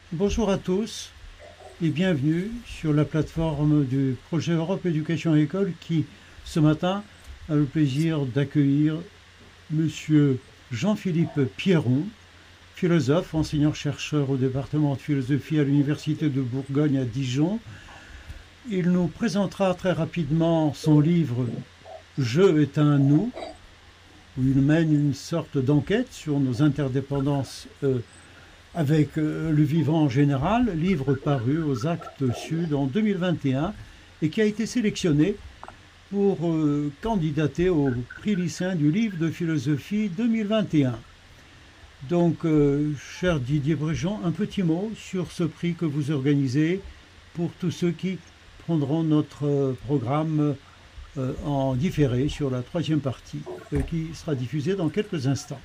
Bonjour à tous et bienvenue sur la plateforme du projet Europe Éducation École qui, ce matin, a le plaisir d'accueillir Monsieur Jean-Philippe Pierron, philosophe, enseignant-chercheur au département de philosophie à l'Université de Bourgogne à Dijon. Il nous présentera très rapidement son livre Je est un nous, où il mène une sorte d'enquête sur nos interdépendances avec le vivant en général, livre paru aux Actes Sud en 2021 et qui a été sélectionné pour candidater au prix lycéen du livre de philosophie 2021. Donc, cher Didier Bréjean, un petit mot sur ce prix que vous organisez pour tous ceux qui prendront notre programme en différé sur la troisième partie, qui sera diffusée dans quelques instants.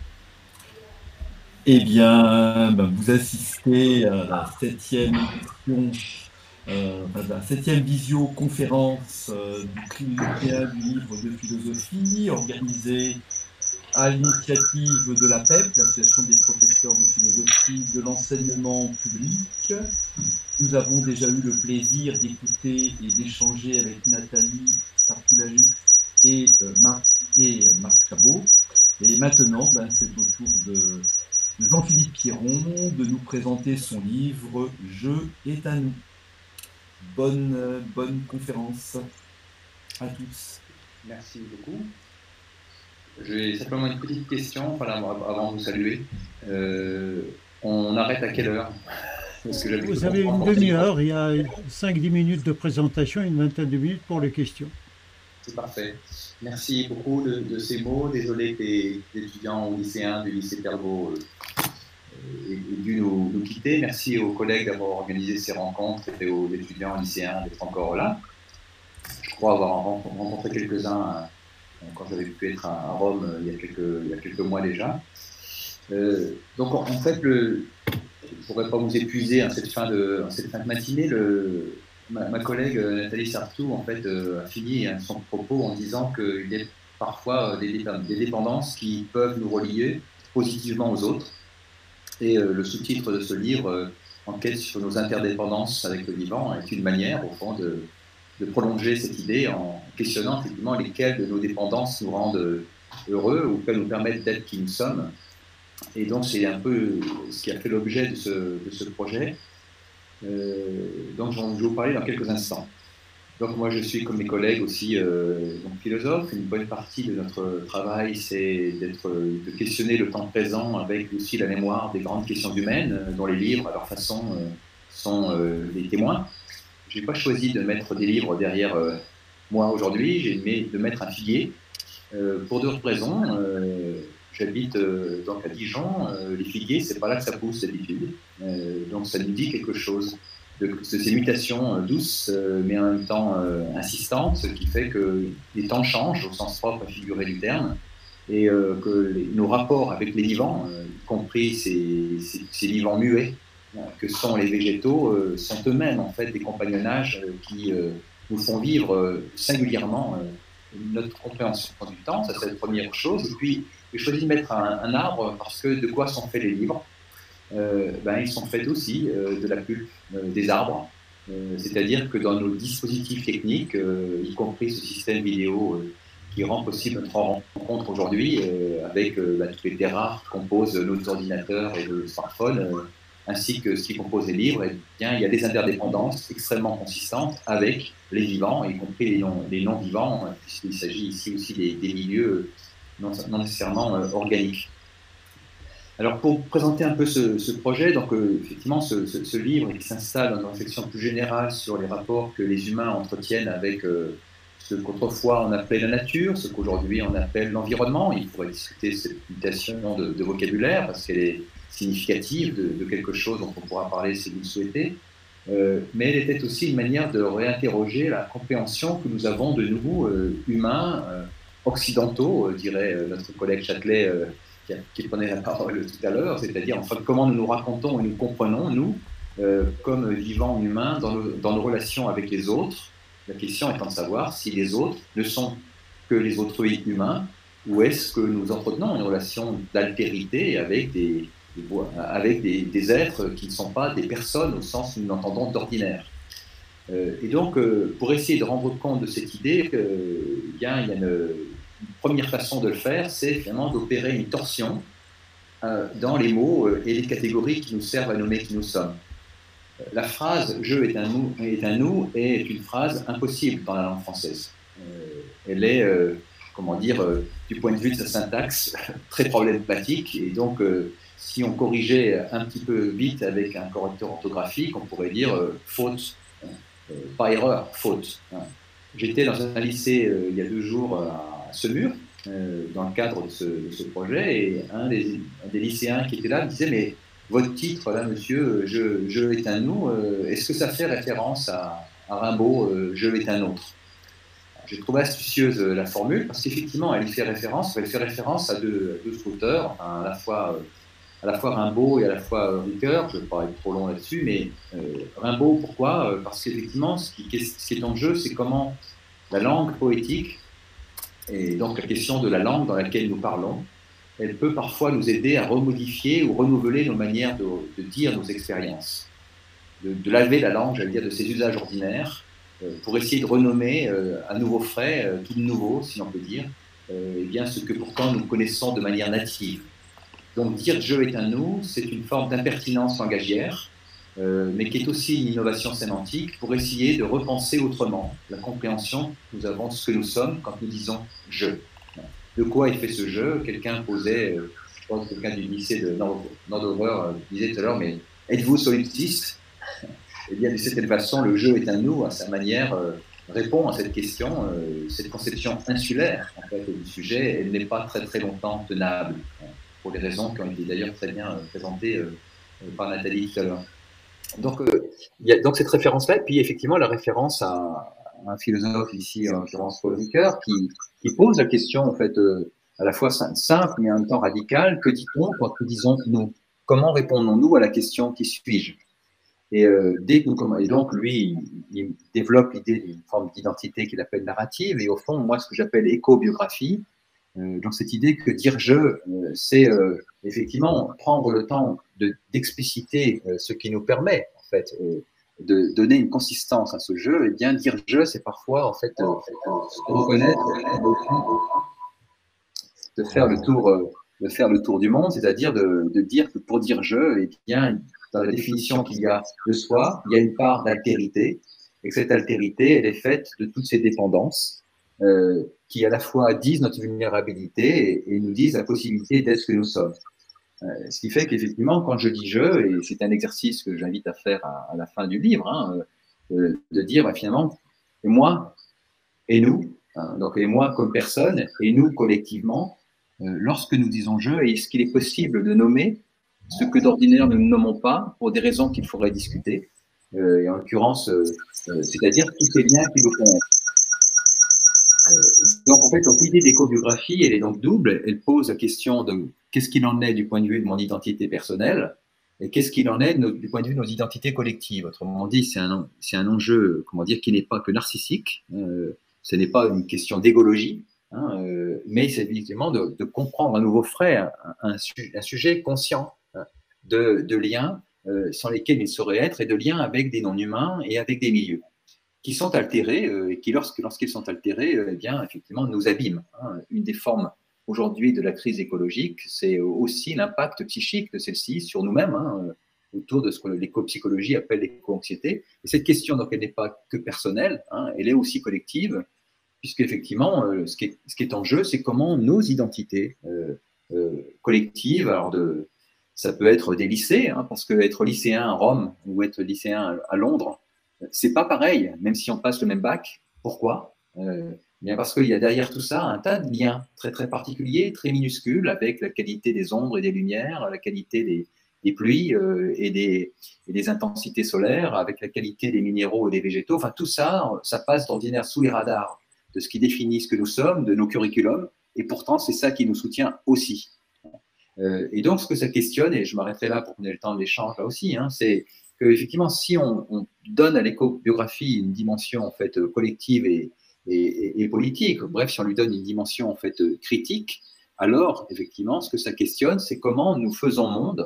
Eh bien, vous assistez à la septième édition, la septième visioconférence du prix lycéen du livre de philosophie, organisée à l'initiative de l'APEP, l'Association des professeurs de philosophie de l'enseignement public. Nous avons déjà eu le plaisir d'écouter et d'échanger avec Nathalie Sartoulajus et Marc Chabot. Et maintenant, c'est au tour de Jean-Philippe Pierron de nous présenter son livre « Je est à nous ». Bonne conférence à tous. Merci beaucoup. J'ai simplement une petite question avant de vous saluer. On arrête à quelle heure? Vous avez une demi-heure, il y a 5-10 minutes de présentation et une vingtaine de minutes pour les questions. C'est parfait. Merci beaucoup de ces mots. Désolé que les étudiants ou lycéens du lycée Pervaux aient dû nous quitter. Merci aux collègues d'avoir organisé ces rencontres et aux étudiants lycéens d'être encore là. Je crois avoir rencontré quelques-uns quand j'avais pu être à Rome il y a quelques mois déjà. Donc en fait, je ne pourrais pas vous épuiser en cette fin de matinée. Ma collègue Nathalie Sartou en fait, a fini son propos en disant qu'il y a parfois des dépendances qui peuvent nous relier positivement aux autres. Et le sous-titre de ce livre, Enquête sur nos interdépendances avec le vivant, est une manière, au fond, de prolonger cette idée en questionnant effectivement lesquelles de nos dépendances nous rendent heureux ou qu'elles nous permettent d'être qui nous sommes. Et donc c'est un peu ce qui a fait l'objet de ce projet. Donc je vais vous parler dans quelques instants. Donc moi je suis comme mes collègues aussi donc philosophe. Une bonne partie de notre travail c'est de questionner le temps présent avec aussi la mémoire des grandes questions humaines dont les livres à leur façon sont des témoins. Je n'ai pas choisi de mettre des livres derrière moi aujourd'hui, j'ai aimé de mettre un figuier pour deux raisons. J'habite donc à Dijon, les figuiers, c'est pas là que ça pousse d'habitude, donc ça nous dit quelque chose de ces mutations douces, mais en même temps insistantes, ce qui fait que les temps changent au sens propre et figuré du terme, et que nos rapports avec les vivants, y compris ces vivants muets, que sont les végétaux, sont eux-mêmes en fait des compagnonnages qui nous font vivre singulièrement notre compréhension du temps. Ça c'est la première chose. Et puis j'ai choisi de mettre un arbre parce que de quoi sont faits les livres? Ils sont faits aussi de la pulpe des arbres. C'est-à-dire que dans nos dispositifs techniques, y compris ce système vidéo qui rend possible notre rencontre aujourd'hui avec tous les terres rares qui composent nos ordinateurs et nos smartphones, ainsi que ce qui compose les livres, eh bien, il y a des interdépendances extrêmement consistantes avec les vivants, y compris les non-vivants, puisqu'il s'agit ici aussi des milieux non nécessairement organiques. Alors pour présenter un peu ce projet, donc effectivement ce livre qui s'installe dans une réflexion plus générale sur les rapports que les humains entretiennent avec ce qu'autrefois on appelait la nature, ce qu'aujourd'hui on appelle l'environnement. Il faudrait discuter cette mutation de vocabulaire parce qu'elle est significative de quelque chose dont on pourra parler si vous le souhaitez. Mais elle était aussi une manière de réinterroger la compréhension que nous avons de nous, humains, occidentaux, dirait notre collègue Châtelet, qui prenait la parole tout à l'heure, c'est-à-dire en fait, comment nous nous racontons et nous comprenons, nous, comme vivants humains, dans nos relations avec les autres. La question étant de savoir si les autres ne sont que les autrui humains, ou est-ce que nous entretenons une relation d'altérité avec des avec des êtres qui ne sont pas des personnes au sens où nous l'entendons d'ordinaire. Et donc, pour essayer de rendre compte de cette idée, il y a une première façon de le faire, c'est finalement d'opérer une torsion dans les mots et les catégories qui nous servent à nommer qui nous sommes. La phrase « je est un nous » est une phrase impossible dans la langue française. Elle est, comment dire, du point de vue de sa syntaxe, très problématique. Et donc, si on corrigeait un petit peu vite avec un correcteur orthographique, on pourrait dire faute, pas erreur, faute. J'étais dans un lycée il y a 2 jours à Semur, dans le cadre de ce projet, et un des lycéens qui était là me disait « mais votre titre, là, monsieur, je est un nous, est-ce que ça fait référence à Rimbaud, je est un autre ?» J'ai trouvé astucieuse la formule, parce qu'effectivement, elle fait référence à deux auteurs, enfin, à la fois Rimbaud et à la fois Ricoeur. Je ne vais pas être trop long là-dessus, mais Rimbaud, pourquoi? Parce qu'effectivement, ce qui est en jeu, c'est comment la langue poétique, et donc la question de la langue dans laquelle nous parlons, elle peut parfois nous aider à remodifier ou renouveler nos manières de dire nos expériences, de laver la langue, j'allais dire, de ses usages ordinaires, pour essayer de renommer à nouveau frais, tout de nouveau, si on peut dire, eh bien, ce que pourtant nous connaissons de manière native. Donc dire « je est un nous », c'est une forme d'impertinence langagière, mais qui est aussi une innovation sémantique pour essayer de repenser autrement la compréhension que nous avons de ce que nous sommes quand nous disons « je ». De quoi est fait ce jeu? Quelqu'un posait, je pense que quelqu'un du lycée de Nordover disait tout à l'heure, mais êtes-vous solipsiste? Eh bien, de cette façon, le jeu est un nous, à sa manière, répond à cette question, cette conception insulaire en fait, du sujet, elle n'est pas très très longtemps tenable, pour des raisons qui ont été d'ailleurs très bien présentées par Nathalie tout à l'heure. Donc, il y a donc cette référence-là, et puis effectivement la référence à un philosophe ici, en l'occurrence Paul Ricoeur, qui pose la question en fait à la fois simple mais en même temps radicale. Que dit-on quand nous disons nous? Comment répondons-nous à la question qui suis-je? Et donc lui, il développe l'idée d'une forme d'identité qu'il appelle narrative, et au fond, moi, ce que j'appelle éco-biographie, donc cette idée que dire je, c'est effectivement prendre le temps d'expliciter ce qui nous permet en fait de donner une consistance à ce jeu. Et bien dire je, c'est parfois en fait se reconnaître, de faire le tour du monde, c'est-à-dire de dire que pour dire je, et bien dans la définition qu'il y a de soi, il y a une part d'altérité, et que cette altérité, elle est faite de toutes ces dépendances qui à la fois disent notre vulnérabilité et nous disent la possibilité d'être ce que nous sommes. Ce qui fait qu'effectivement, quand je dis je, et c'est un exercice que j'invite à faire à la fin du livre, hein, de dire finalement, et moi et nous, hein, donc et moi comme personne, et nous collectivement, lorsque nous disons je, est-ce qu'il est possible de nommer ce que d'ordinaire nous ne nommons pas pour des raisons qu'il faudrait discuter, et en l'occurrence, c'est-à-dire tous ces liens qui nous connaissent. Donc en fait, l'idée d'éco-biographie, elle est donc double. Elle pose la question de qu'est-ce qu'il en est du point de vue de mon identité personnelle et qu'est-ce qu'il en est du point de vue de nos identités collectives. Autrement dit, c'est un enjeu, comment dire, qui n'est pas que narcissique. Ce n'est pas une question d'égologie, hein, mais c'est évidemment de comprendre à nouveau frais un sujet conscient de liens sans lesquels il saurait être, et de liens avec des non-humains et avec des milieux qui sont altérés et qui, lorsqu'ils sont altérés, eh bien, effectivement, nous abîment. Hein. Une des formes aujourd'hui de la crise écologique, c'est aussi l'impact psychique de celle-ci sur nous-mêmes, hein, autour de ce que l'éco-psychologie appelle l'éco-anxiété. Et cette question, donc, elle n'est pas que personnelle, hein, elle est aussi collective, puisque effectivement, ce qui est en jeu, c'est comment nos identités collectives, alors ça peut être des lycées, hein, parce que être lycéen à Rome ou être lycéen à Londres, c'est pas pareil, même si on passe le même bac. Pourquoi? Bien parce qu'il y a derrière tout ça un tas de liens très très particuliers, très minuscules, avec la qualité des ombres et des lumières, la qualité des pluies et des intensités solaires, avec la qualité des minéraux et des végétaux. Enfin, tout ça, ça passe d'ordinaire sous les radars de ce qui définit ce que nous sommes, de nos curriculums, et pourtant, c'est ça qui nous soutient aussi. Et donc, ce que ça questionne, et je m'arrêterai là pour qu'on ait le temps de l'échange là aussi, hein, c'est qu'effectivement, si on donne à l'éco-biographie une dimension en fait collective et politique, bref, si on lui donne une dimension en fait critique, alors effectivement, ce que ça questionne, c'est comment nous faisons monde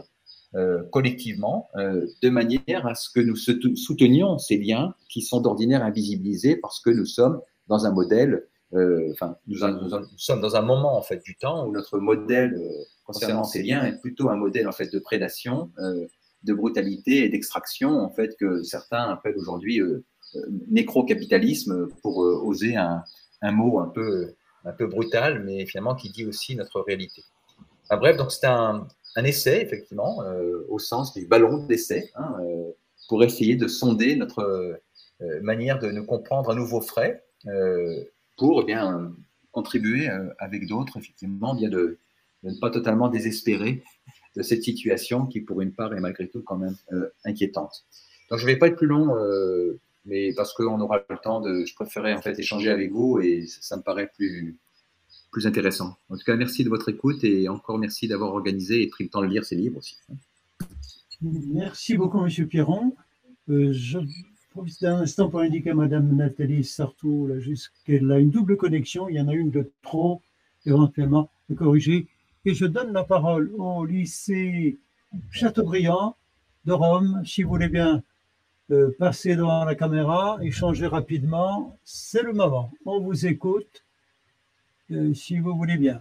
collectivement, de manière à ce que nous soutenions ces liens qui sont d'ordinaire invisibilisés parce que nous sommes dans un modèle, nous sommes dans un moment en fait du temps où notre modèle concernant ces liens est plutôt un modèle en fait de prédation, de brutalité et d'extraction en fait que certains appellent aujourd'hui nécro-capitalisme pour oser un mot un peu brutal, mais finalement qui dit aussi notre réalité. Enfin, bref, donc c'est un essai, effectivement, au sens du ballon d'essai, pour essayer de sonder notre manière de nous comprendre à nouveau frais, pour bien contribuer avec d'autres, effectivement, bien de ne pas totalement désespérer de cette situation qui, pour une part, est malgré tout quand même inquiétante. Donc, je ne vais pas être plus long, mais parce qu'on aura le temps je préférais en fait échanger avec vous et ça me paraît plus intéressant. En tout cas, merci de votre écoute et encore merci d'avoir organisé et pris le temps de lire ces livres aussi. Merci beaucoup, Monsieur Pierron. Je profite d'un instant pour indiquer à Madame Nathalie Sartou qu'elle a une double connexion. Il y en a une de trop, éventuellement, de corriger. Et je donne la parole au lycée Chateaubriand de Rome. Si vous voulez bien passer devant la caméra, échanger rapidement, c'est le moment. On vous écoute, si vous voulez bien.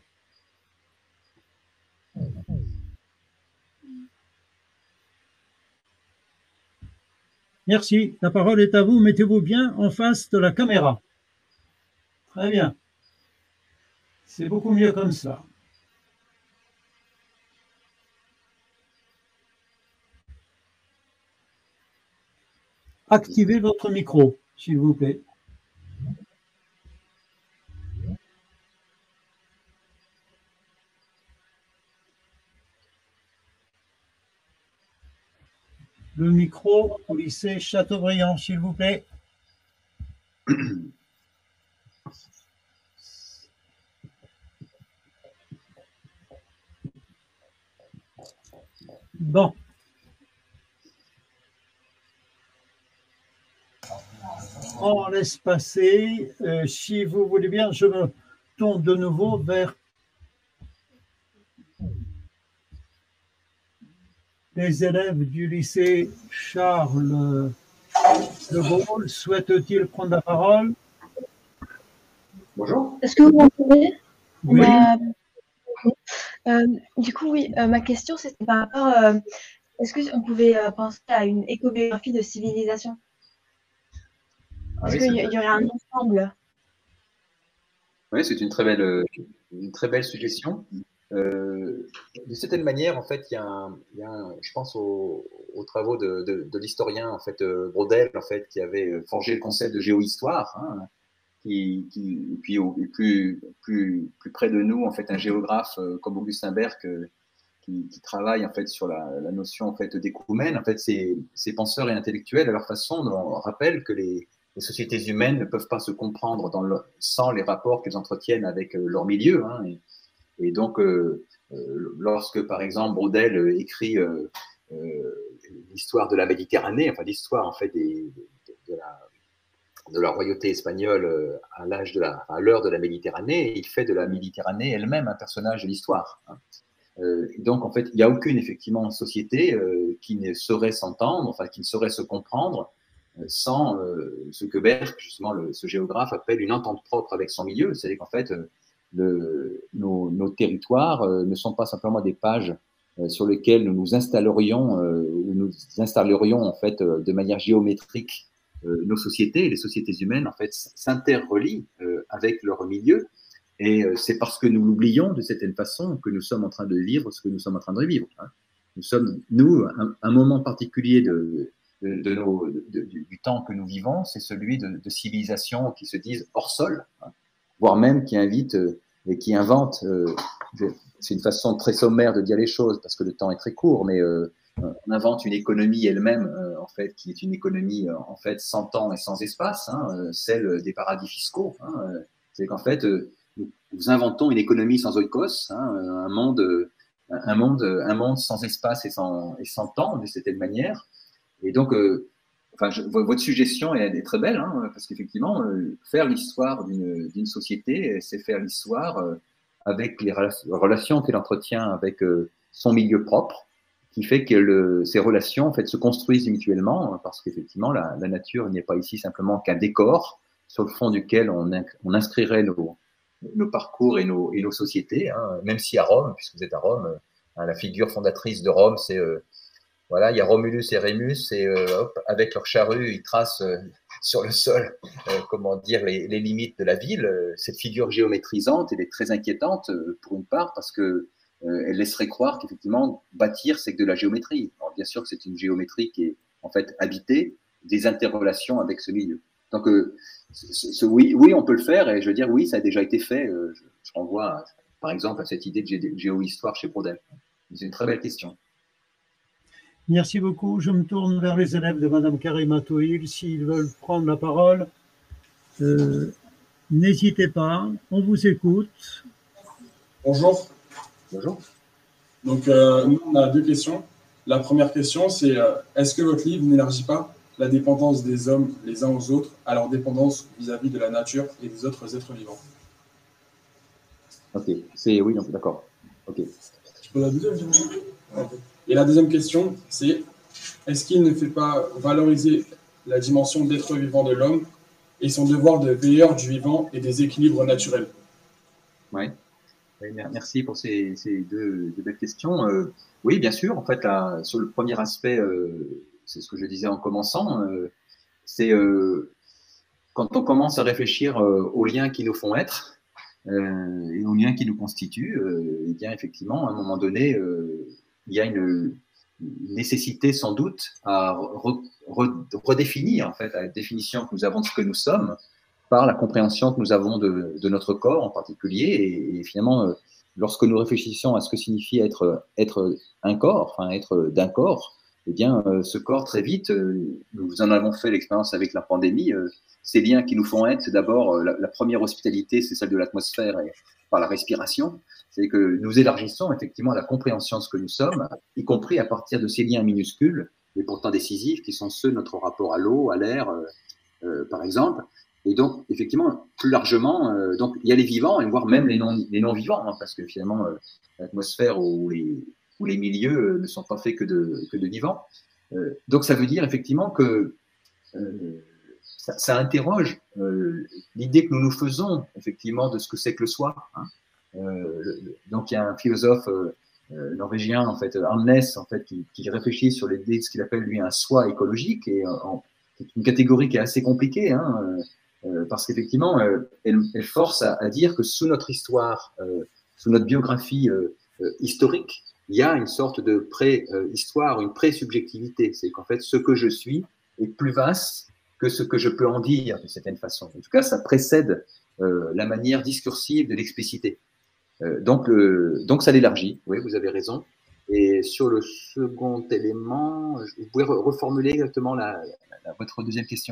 Merci. La parole est à vous. Mettez-vous bien en face de la caméra. Très bien. C'est beaucoup mieux comme ça. Activez votre micro, s'il vous plaît. Le micro au lycée Chateaubriand, s'il vous plaît. Bon. On laisse passer. Si vous voulez bien, je me tourne de nouveau vers les élèves du lycée Charles de Gaulle. Souhaitent-ils prendre la parole? Bonjour. Est-ce que vous m'entendez? Oui. Du coup, oui, ma question, c'était par rapport, est-ce qu'on pouvait penser à une écobiographie de civilisation? Est-ce qu'il y aurait un ensemble? Oui, c'est une très belle suggestion. De certaine manière, en fait, je pense aux travaux de l'historien en fait Braudel, en fait, qui avait forgé le concept de géohistoire, puis plus près de nous, en fait, un géographe comme Augustin Berg qui travaille en fait sur la notion en fait d'écoumène. En fait, ces penseurs et intellectuels, à leur façon, rappellent que les sociétés humaines ne peuvent pas se comprendre sans les rapports qu'elles entretiennent avec leur milieu. Et donc, lorsque, par exemple, Braudel écrit l'histoire de la Méditerranée, enfin l'histoire en fait de la royauté espagnole à l'heure de la Méditerranée, il fait de la Méditerranée elle-même un personnage de l'histoire. Donc, en fait, il n'y a aucune, effectivement, société qui ne saurait s'entendre, enfin, qui ne saurait se comprendre sans ce que Berg, justement, ce géographe, appelle une entente propre avec son milieu. C'est-à-dire qu'en fait, nos territoires ne sont pas simplement des pages sur lesquelles nous nous installerions ou nous installerions, en fait, de manière géométrique nos sociétés. Les sociétés humaines, en fait, s'interrelient avec leur milieu. Et c'est parce que nous l'oublions de certaine façon que nous sommes en train de vivre ce que nous sommes en train de vivre. Nous sommes, un moment particulier du temps que nous vivons, c'est celui de civilisations qui se disent hors sol, voire même qui invitent et qui inventent. C'est une façon très sommaire de dire les choses parce que le temps est très court, mais on invente une économie elle-même, en fait, qui est une économie en fait sans temps et sans espace, celle des paradis fiscaux. C'est qu'en fait, nous inventons une économie sans oikos, un monde sans espace et sans temps, de cette manière. Et donc, votre suggestion est très belle, parce qu'effectivement, faire l'histoire d'une société, c'est faire l'histoire avec les relations qu'elle entretient avec son milieu propre, qui fait que ces relations en fait, se construisent mutuellement, parce qu'effectivement, la nature n'est pas ici simplement qu'un décor sur le fond duquel on inscrirait nos parcours et nos sociétés, hein. Même si à Rome, puisque vous êtes à Rome, la figure fondatrice de Rome, c'est voilà, il y a Romulus et Rémus, et hop, avec leur charrue, ils tracent sur le sol, comment dire, les limites de la ville. Cette figure géométrisante, elle est très inquiétante pour une part, parce que elle laisserait croire qu'effectivement, bâtir, c'est que de la géométrie. Alors, bien sûr que c'est une géométrie qui est en fait habitée des interrelations avec ce milieu. Donc, oui, on peut le faire, et je veux dire, oui, ça a déjà été fait. Je renvoie, par exemple, à cette idée de géohistoire chez Brodel. C'est une très belle question. Merci beaucoup. Je me tourne vers les élèves de Madame Karima Touhil. S'ils veulent prendre la parole, n'hésitez pas, on vous écoute. Bonjour. Bonjour. Donc, nous, on a deux questions. La première question, c'est est-ce que votre livre n'élargit pas la dépendance des hommes les uns aux autres à leur dépendance vis-à-vis de la nature et des autres êtres vivants? Ok, oui, d'accord. Ok. Je peux la deuxième question? Et la deuxième question, c'est est-ce qu'il ne fait pas valoriser la dimension d'être vivant de l'homme et son devoir de veilleur du vivant et des équilibres naturels? Oui, merci pour ces deux belles questions. Oui, bien sûr. En fait, là, sur le premier aspect, c'est ce que je disais en commençant, c'est quand on commence à réfléchir aux liens qui nous font être et aux liens qui nous constituent, eh bien, effectivement, à un moment donné, il y a une nécessité sans doute à redéfinir en fait la définition que nous avons de ce que nous sommes par la compréhension que nous avons de notre corps en particulier, et finalement lorsque nous réfléchissons à ce que signifie être un corps, enfin être d'un corps, eh bien ce corps très vite, nous en avons fait l'expérience avec la pandémie, ces liens qui nous font être, c'est d'abord la première hospitalité, c'est celle de l'atmosphère et par la respiration. C'est que nous élargissons effectivement la compréhension de ce que nous sommes, y compris à partir de ces liens minuscules, mais pourtant décisifs, qui sont ceux de notre rapport à l'eau, à l'air, par exemple. Et donc, effectivement, plus largement, donc il y a les vivants, et voire même les non-vivants, hein, parce que finalement, l'atmosphère ou les milieux ne sont pas faits que de vivants. Donc, ça veut dire effectivement que ça interroge l'idée que nous nous faisons, effectivement, de ce que c'est que le soi, hein. Donc il y a un philosophe norvégien en fait, Arnes, en fait, qui réfléchit sur l'idée de ce qu'il appelle lui un soi écologique, et c'est une catégorie qui est assez compliquée, hein, parce qu'effectivement elle force à dire que sous notre histoire, sous notre biographie historique, il y a une sorte de pré-histoire, une pré-subjectivité, c'est qu'en fait ce que je suis est plus vaste que ce que je peux en dire d'une certaine façon. En tout cas, ça précède la manière discursive de l'expliciter. Donc ça l'élargit, oui, vous avez raison. Et sur le second élément, vous pouvez reformuler exactement votre deuxième question?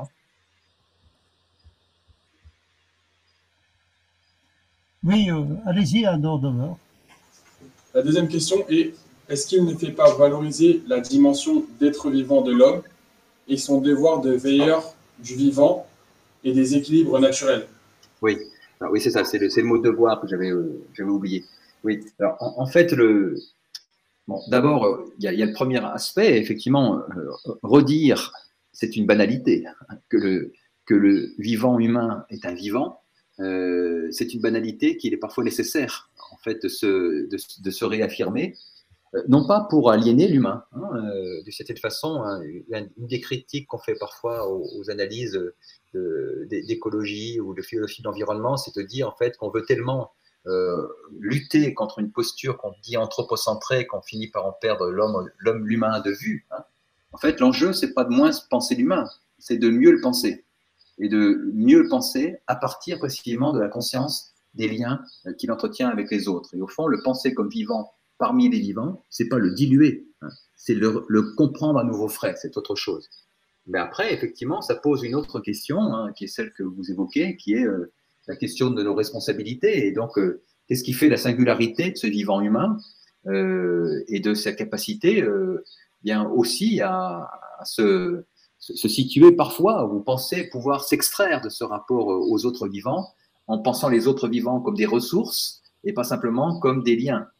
Oui, allez-y, à d'abord. La deuxième question est est-ce qu'il ne fait pas valoriser la dimension d'être vivant de l'homme et son devoir de veilleur du vivant et des équilibres naturels? Oui. Alors, oui, c'est ça, c'est le mot devoir que j'avais oublié. Oui, alors en fait, d'abord, il y a le premier aspect, effectivement, redire, c'est une banalité, hein, que le vivant humain est un vivant, c'est une banalité qu'il est parfois nécessaire, en fait, de se réaffirmer, non pas pour aliéner l'humain, hein, de cette façon, hein, une des critiques qu'on fait parfois aux analyses d'écologie ou de philosophie de l'environnement, c'est de dire en fait qu'on veut tellement lutter contre une posture qu'on dit anthropocentrée qu'on finit par en perdre l'humain de vue, hein. En fait, l'enjeu, c'est pas de moins penser l'humain, c'est de mieux le penser, et de mieux le penser à partir précisément de la conscience des liens qu'il entretient avec les autres. Et au fond, le penser comme vivant parmi les vivants, c'est pas le diluer, hein, c'est le comprendre à nouveau frais, c'est autre chose. Mais après, effectivement, ça pose une autre question, hein, qui est celle que vous évoquez, qui est la question de nos responsabilités. Et donc, qu'est-ce qui fait la singularité de ce vivant humain et de sa capacité bien aussi à se situer parfois, ou penser pouvoir s'extraire de ce rapport aux autres vivants, en pensant les autres vivants comme des ressources et pas simplement comme des liens.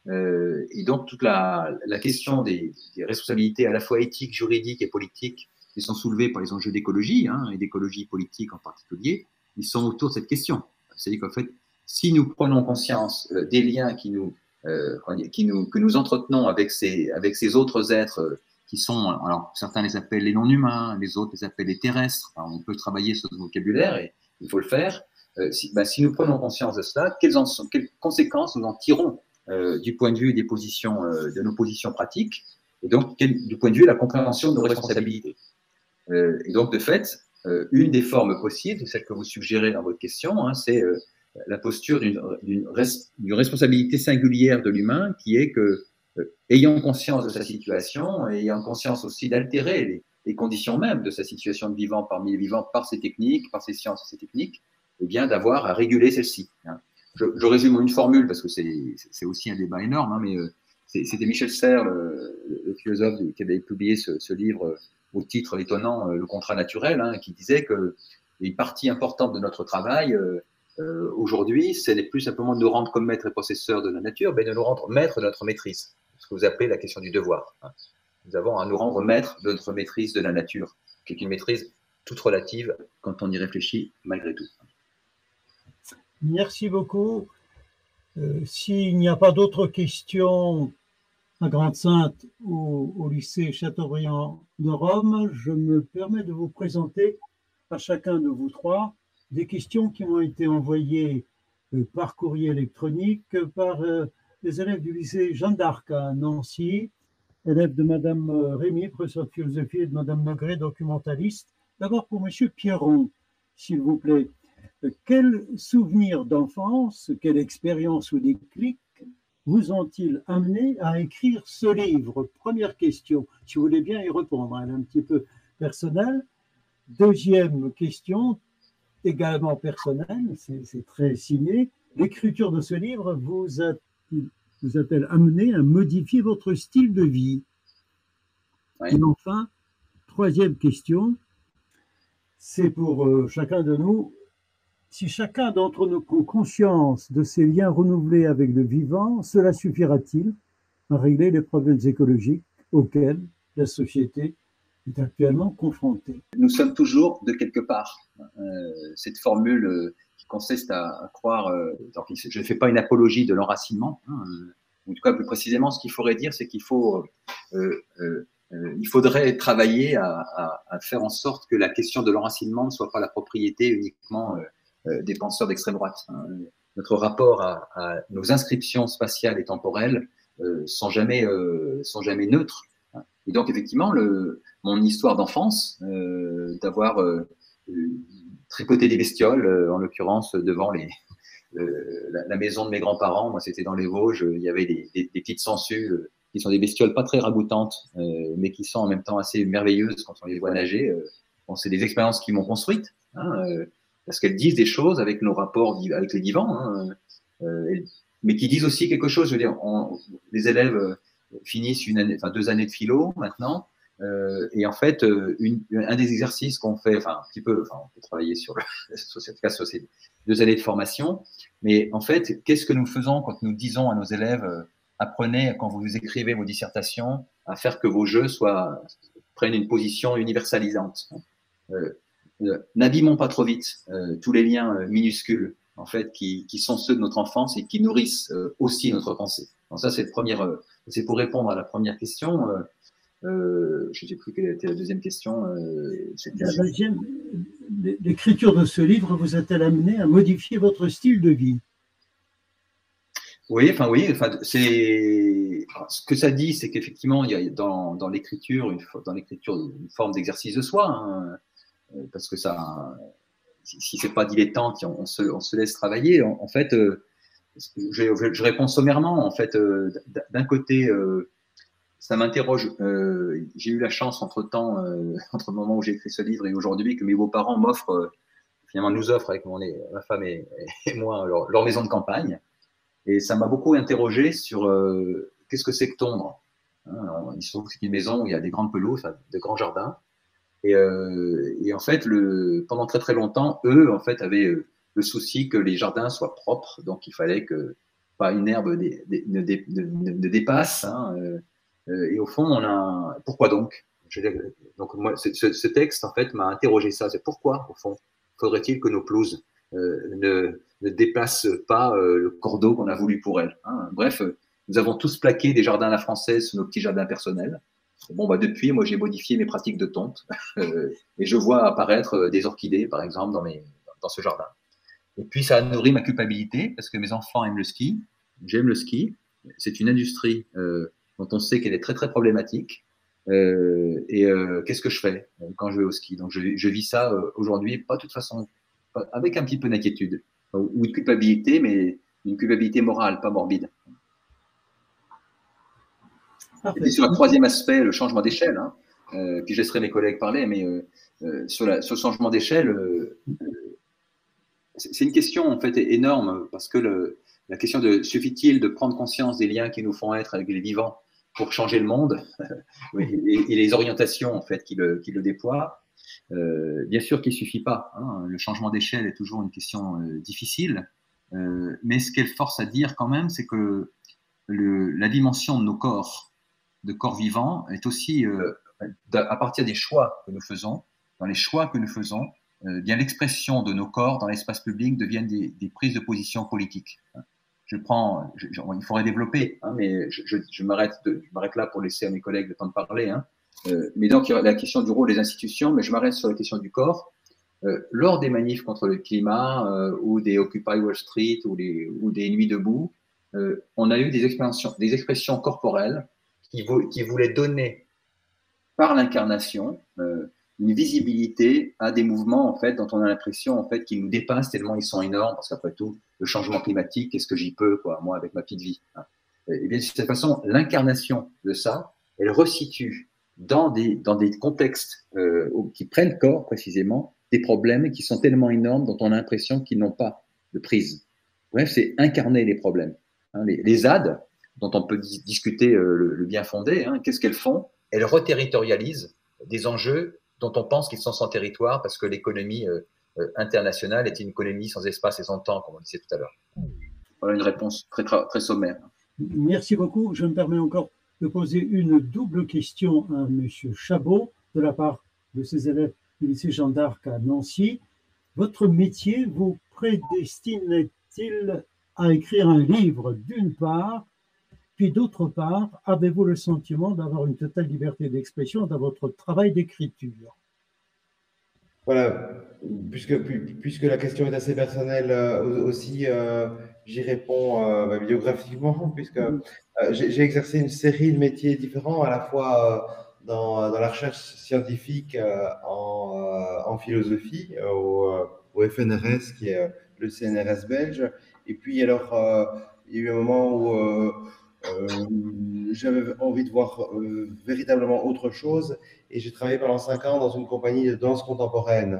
Et donc, toute la question des responsabilités à la fois éthiques, juridiques et politiques qui sont soulevées par les enjeux d'écologie, hein, et d'écologie politique en particulier, ils sont autour de cette question. C'est-à-dire qu'en fait, si nous prenons conscience des liens que nous entretenons avec ces autres êtres qui sont, alors certains les appellent les non-humains, les autres les appellent les terrestres, alors, on peut travailler sur ce vocabulaire et il faut le faire. Si nous prenons conscience de cela, quelles conséquences nous en tirons du point de vue des positions, de nos positions pratiques, et donc du point de vue de la compréhension de nos responsabilités. Et donc, de fait, une des formes possibles, celle que vous suggérez dans votre question, hein, c'est la posture d'une responsabilité singulière de l'humain, qui est que, ayant conscience de sa situation, ayant conscience aussi d'altérer les conditions même de sa situation de vivant parmi les vivants par ses techniques, par ses sciences et ses techniques, eh bien d'avoir à réguler celle-ci. Hein. Je résume en une formule, parce que c'est aussi un débat énorme, hein, mais c'était Michel Serres, le philosophe qui avait publié ce livre au titre étonnant, Le contrat naturel, hein, qui disait qu'une partie importante de notre travail aujourd'hui, ce n'est plus simplement de nous rendre comme maîtres et possesseurs de la nature, mais de nous rendre maîtres de notre maîtrise, ce que vous appelez la question du devoir. Hein. Nous avons à nous rendre maîtres de notre maîtrise de la nature, qui est une maîtrise toute relative quand on y réfléchit malgré tout. Merci beaucoup. S'il n'y a pas d'autres questions à Grande-Synthe ou au lycée Chateaubriand de Rome, je me permets de vous présenter à chacun de vous trois des questions qui m'ont été envoyées par courrier électronique par les élèves du lycée Jeanne d'Arc à Nancy, élèves de Madame Rémy, professeure de philosophie, et de Madame Magré, documentaliste. D'abord pour Monsieur Pierron, s'il vous plaît. Quels souvenirs d'enfance, quelle expérience ou déclic vous ont-ils amené à écrire ce livre? Première question, si vous voulez bien y répondre, elle est un petit peu personnelle. Deuxième question, également personnelle, c'est très signé. L'écriture de ce livre vous a-t-elle amené à modifier votre style de vie? Oui. Et enfin, troisième question, c'est pour chacun de nous. Si chacun d'entre nous prend conscience de ces liens renouvelés avec le vivant, cela suffira-t-il à régler les problèmes écologiques auxquels la société est actuellement confrontée? Nous sommes toujours de quelque part. Cette formule qui consiste à croire, je ne fais pas une apologie de l'enracinement, hein, en tout cas plus précisément ce qu'il faudrait dire, c'est qu'il faudrait travailler à faire en sorte que la question de l'enracinement ne soit pas la propriété uniquement des penseurs d'extrême droite. Notre rapport à nos inscriptions spatiales et temporelles sont jamais neutres. Et donc, effectivement, mon histoire d'enfance, d'avoir tripoté des bestioles, en l'occurrence devant la maison de mes grands-parents, moi c'était dans les Vosges, il y avait des petites sangsues qui sont des bestioles pas très ragoûtantes, mais qui sont en même temps assez merveilleuses quand on les voit nager. Bon, c'est des expériences qui m'ont construite, hein, parce qu'elles disent des choses avec nos rapports avec les vivants, hein, mais qui disent aussi quelque chose. Je veux dire, les élèves finissent 2 années de philo maintenant, et en fait, un des exercices qu'on fait, on peut travailler sur ces 2 années de formation, mais en fait, qu'est-ce que nous faisons quand nous disons à nos élèves apprenez, quand vous écrivez vos dissertations, à faire que vos jeux prennent une position universalisante. N'abîmons pas trop vite tous les liens minuscules, en fait, qui sont ceux de notre enfance et qui nourrissent aussi notre pensée. Donc ça, c'est pour répondre à la première question. Je ne sais plus quelle était la deuxième question. La deuxième, l'écriture de ce livre vous a-t-elle amené à modifier votre style de vie? Oui, ce que ça dit, c'est qu'effectivement, il y a dans l'écriture une forme d'exercice de soi, hein, parce que ça, si c'est pas dilettante, on se laisse travailler. En fait, je réponds sommairement. En fait, d'un côté, ça m'interroge. J'ai eu la chance entre-temps, entre le moment où j'ai écrit ce livre et aujourd'hui, que mes beaux-parents nous offrent avec ma femme et moi leur maison de campagne. Et ça m'a beaucoup interrogé sur qu'est-ce que c'est que tondre. Il se trouve que c'est une maison où il y a des grandes pelouses, de grands jardins. Et en fait, pendant très très longtemps, eux, en fait, avaient le souci que les jardins soient propres. Donc, il fallait que pas une herbe ne dépasse. Hein, et au fond, on a pourquoi donc? Donc moi, ce texte en fait m'a interrogé ça. C'est pourquoi au fond faudrait-il que nos pelouses ne dépassent pas le cours d'eau qu'on a voulu pour elles. Hein. Bref, nous avons tous plaqué des jardins à la française sous nos petits jardins personnels. Bon, bah depuis, moi, j'ai modifié mes pratiques de tonte et je vois apparaître des orchidées, par exemple, dans ce jardin. Et puis, ça a nourri ma culpabilité parce que mes enfants aiment le ski. J'aime le ski. C'est une industrie dont on sait qu'elle est très, très problématique. Qu'est-ce que je fais quand je vais au ski? Donc, je vis ça aujourd'hui, pas de toute façon, avec un petit peu d'inquiétude ou de culpabilité, mais une culpabilité morale, pas morbide. Et puis sur le troisième aspect, le changement d'échelle, hein, puis je laisserai mes collègues parler, mais sur le changement d'échelle, c'est une question en fait énorme parce que la question de suffit-il de prendre conscience des liens qui nous font être avec les vivants pour changer le monde et les orientations en fait qui le déploient. Bien sûr qu'il suffit pas. Hein, le changement d'échelle est toujours une question difficile, mais ce qu'elle force à dire quand même, c'est que la dimension de nos corps, de corps vivants, est aussi à partir des choix que nous faisons. Dans les choix que nous faisons, bien l'expression de nos corps dans l'espace public deviennent des prises de position politiques. Il faudrait développer, hein, mais je m'arrête là pour laisser à mes collègues le temps de parler. Hein. Mais donc, il y a la question du rôle des institutions, mais je m'arrête sur la question du corps. Lors des manifs contre le climat ou des Occupy Wall Street ou des Nuits debout, on a eu des expressions corporelles qui voulaient donner par l'incarnation une visibilité à des mouvements en fait dont on a l'impression en fait qu'ils nous dépassent tellement ils sont énormes parce qu'après tout le changement climatique, qu'est-ce que j'y peux quoi moi avec ma petite vie. Hein. Et bien de cette façon l'incarnation de ça, elle resitue dans des contextes qui prennent corps précisément des problèmes qui sont tellement énormes dont on a l'impression qu'ils n'ont pas de prise. Bref, c'est incarner les problèmes. Hein, les ZAD, dont on peut discuter le bien fondé, hein, qu'est-ce qu'elles font? Elles reterritorialisent des enjeux dont on pense qu'ils sont sans territoire parce que l'économie internationale est une économie sans espace et sans temps, comme on disait tout à l'heure. Voilà une réponse très, très sommaire. Merci beaucoup. Je me permets encore de poser une double question à M. Chabot de la part de ses élèves du lycée Jeanne d'Arc à Nancy. Votre métier vous prédestine-t-il à écrire un livre d'une part, puis d'autre part, avez-vous le sentiment d'avoir une totale liberté d'expression dans votre travail d'écriture? Voilà, puisque la question est assez personnelle aussi, j'y réponds biographiquement, puisque j'ai exercé une série de métiers différents, à la fois dans la recherche scientifique en philosophie, au FNRS, qui est le CNRS belge, et puis alors, il y a eu un moment où j'avais envie de voir véritablement autre chose, et j'ai travaillé pendant 5 ans dans une compagnie de danse contemporaine,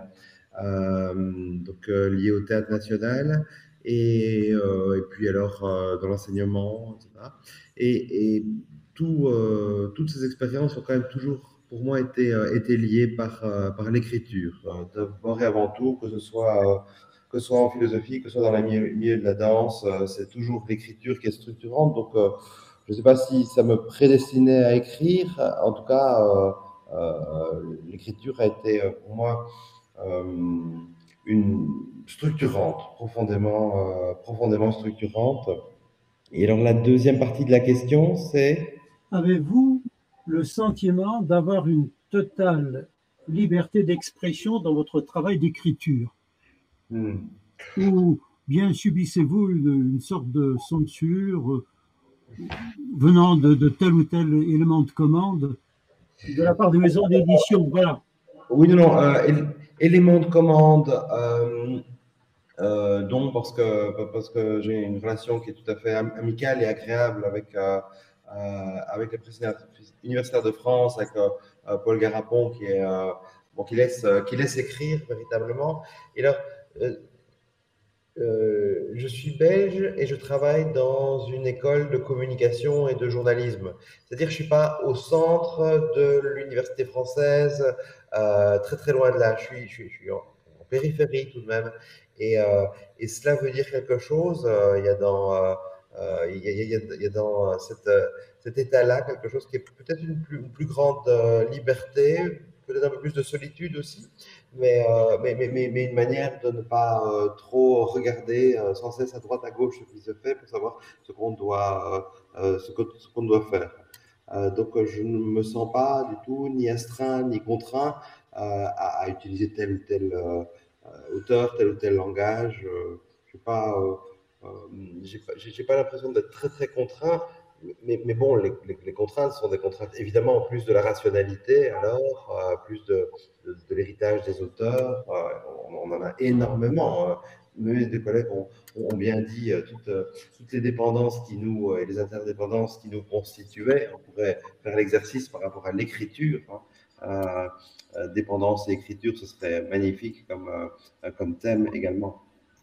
liée au Théâtre National, et puis alors dans l'enseignement, etc. Et toutes ces expériences ont quand même toujours, pour moi, été liées par l'écriture, d'abord et avant tout, que ce soit en philosophie, que ce soit dans le milieu de la danse, c'est toujours l'écriture qui est structurante. Donc, je ne sais pas si ça me prédestinait à écrire. En tout cas, l'écriture a été pour moi une structurante, profondément structurante. Et alors, la deuxième partie de la question, c'est... Avez-vous le sentiment d'avoir une totale liberté d'expression dans votre travail d'écriture? Ou bien subissez-vous une sorte de censure venant de tel ou tel élément de commande de la part des maisons d'édition? Voilà. Oui, non, élément de commande, donc parce que j'ai une relation qui est tout à fait amicale et agréable avec le président universitaire de France, avec Paul Garapon, qui laisse écrire véritablement. Et là, je suis belge et je travaille dans une école de communication et de journalisme. C'est-à-dire que je ne suis pas au centre de l'université française, très très loin de là. Je suis en périphérie tout de même. Et cela veut dire quelque chose. Il y a Il y a dans cet état-là quelque chose qui est peut-être une plus grande liberté, peut-être un peu plus de solitude aussi, mais une manière de ne pas trop regarder sans cesse à droite, à gauche ce qui se fait pour savoir ce qu'on doit faire. Donc, je ne me sens pas du tout ni astreint ni contraint à utiliser tel ou tel auteur, tel ou tel langage. Je n'ai pas, j'ai pas l'impression d'être très très contraint, mais bon, les contraintes sont des contraintes évidemment en plus de la rationalité, alors plus de l'héritage des auteurs. On en a énormément. Mes deux collègues ont bien dit toutes les dépendances et les interdépendances qui nous constituaient. On pourrait faire l'exercice par rapport à l'écriture. Dépendance et écriture, ce serait magnifique comme thème également.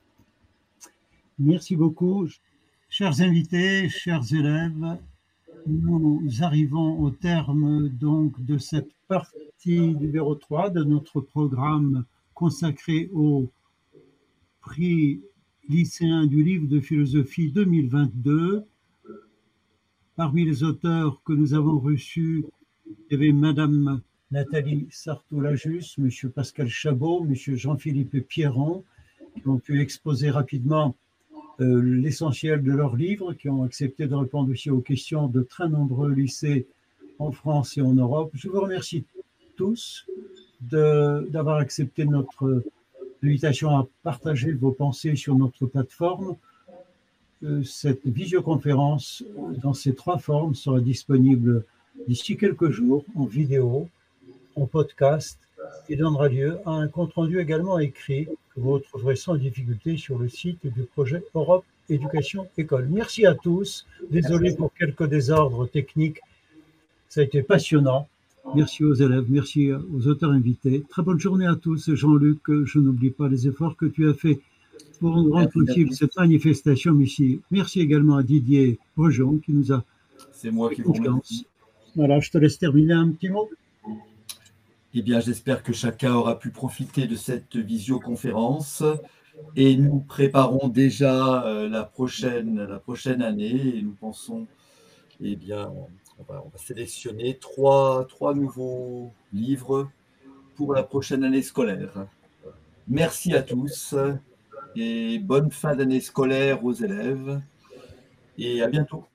Merci beaucoup. Chers invités, chers élèves, nous arrivons au terme donc de cette partie numéro 3 de notre programme consacré au prix lycéen du livre de philosophie 2022. Parmi les auteurs que nous avons reçus, il y avait Madame Nathalie Sartholajus, Monsieur Pascal Chabot, Monsieur Jean-Philippe Pierron, qui ont pu exposer rapidement l'essentiel de leurs livres, qui ont accepté de répondre aussi aux questions de très nombreux lycées en France et en Europe. Je vous remercie tous d'avoir accepté notre invitation à partager vos pensées sur notre plateforme. Cette visioconférence, dans ces 3 formes, sera disponible d'ici quelques jours en vidéo, en podcast, et donnera lieu à un compte-rendu également écrit que vous retrouverez sans difficulté sur le site du projet Europe Éducation École. Merci à tous. Désolé pour quelques désordres techniques. Ça a été passionnant. Merci aux élèves, merci aux auteurs invités. Très bonne journée à tous. Jean-Luc, je n'oublie pas les efforts que tu as fait pour rendre possible cette manifestation ici. Merci également à Didier Brejon qui nous a C'est moi qui vous remercie. Voilà, je te laisse terminer un petit mot. Eh bien, j'espère que chacun aura pu profiter de cette visioconférence et nous préparons déjà la prochaine année et nous pensons, eh bien, on va sélectionner trois nouveaux livres pour la prochaine année scolaire. Merci à tous et bonne fin d'année scolaire aux élèves et à bientôt.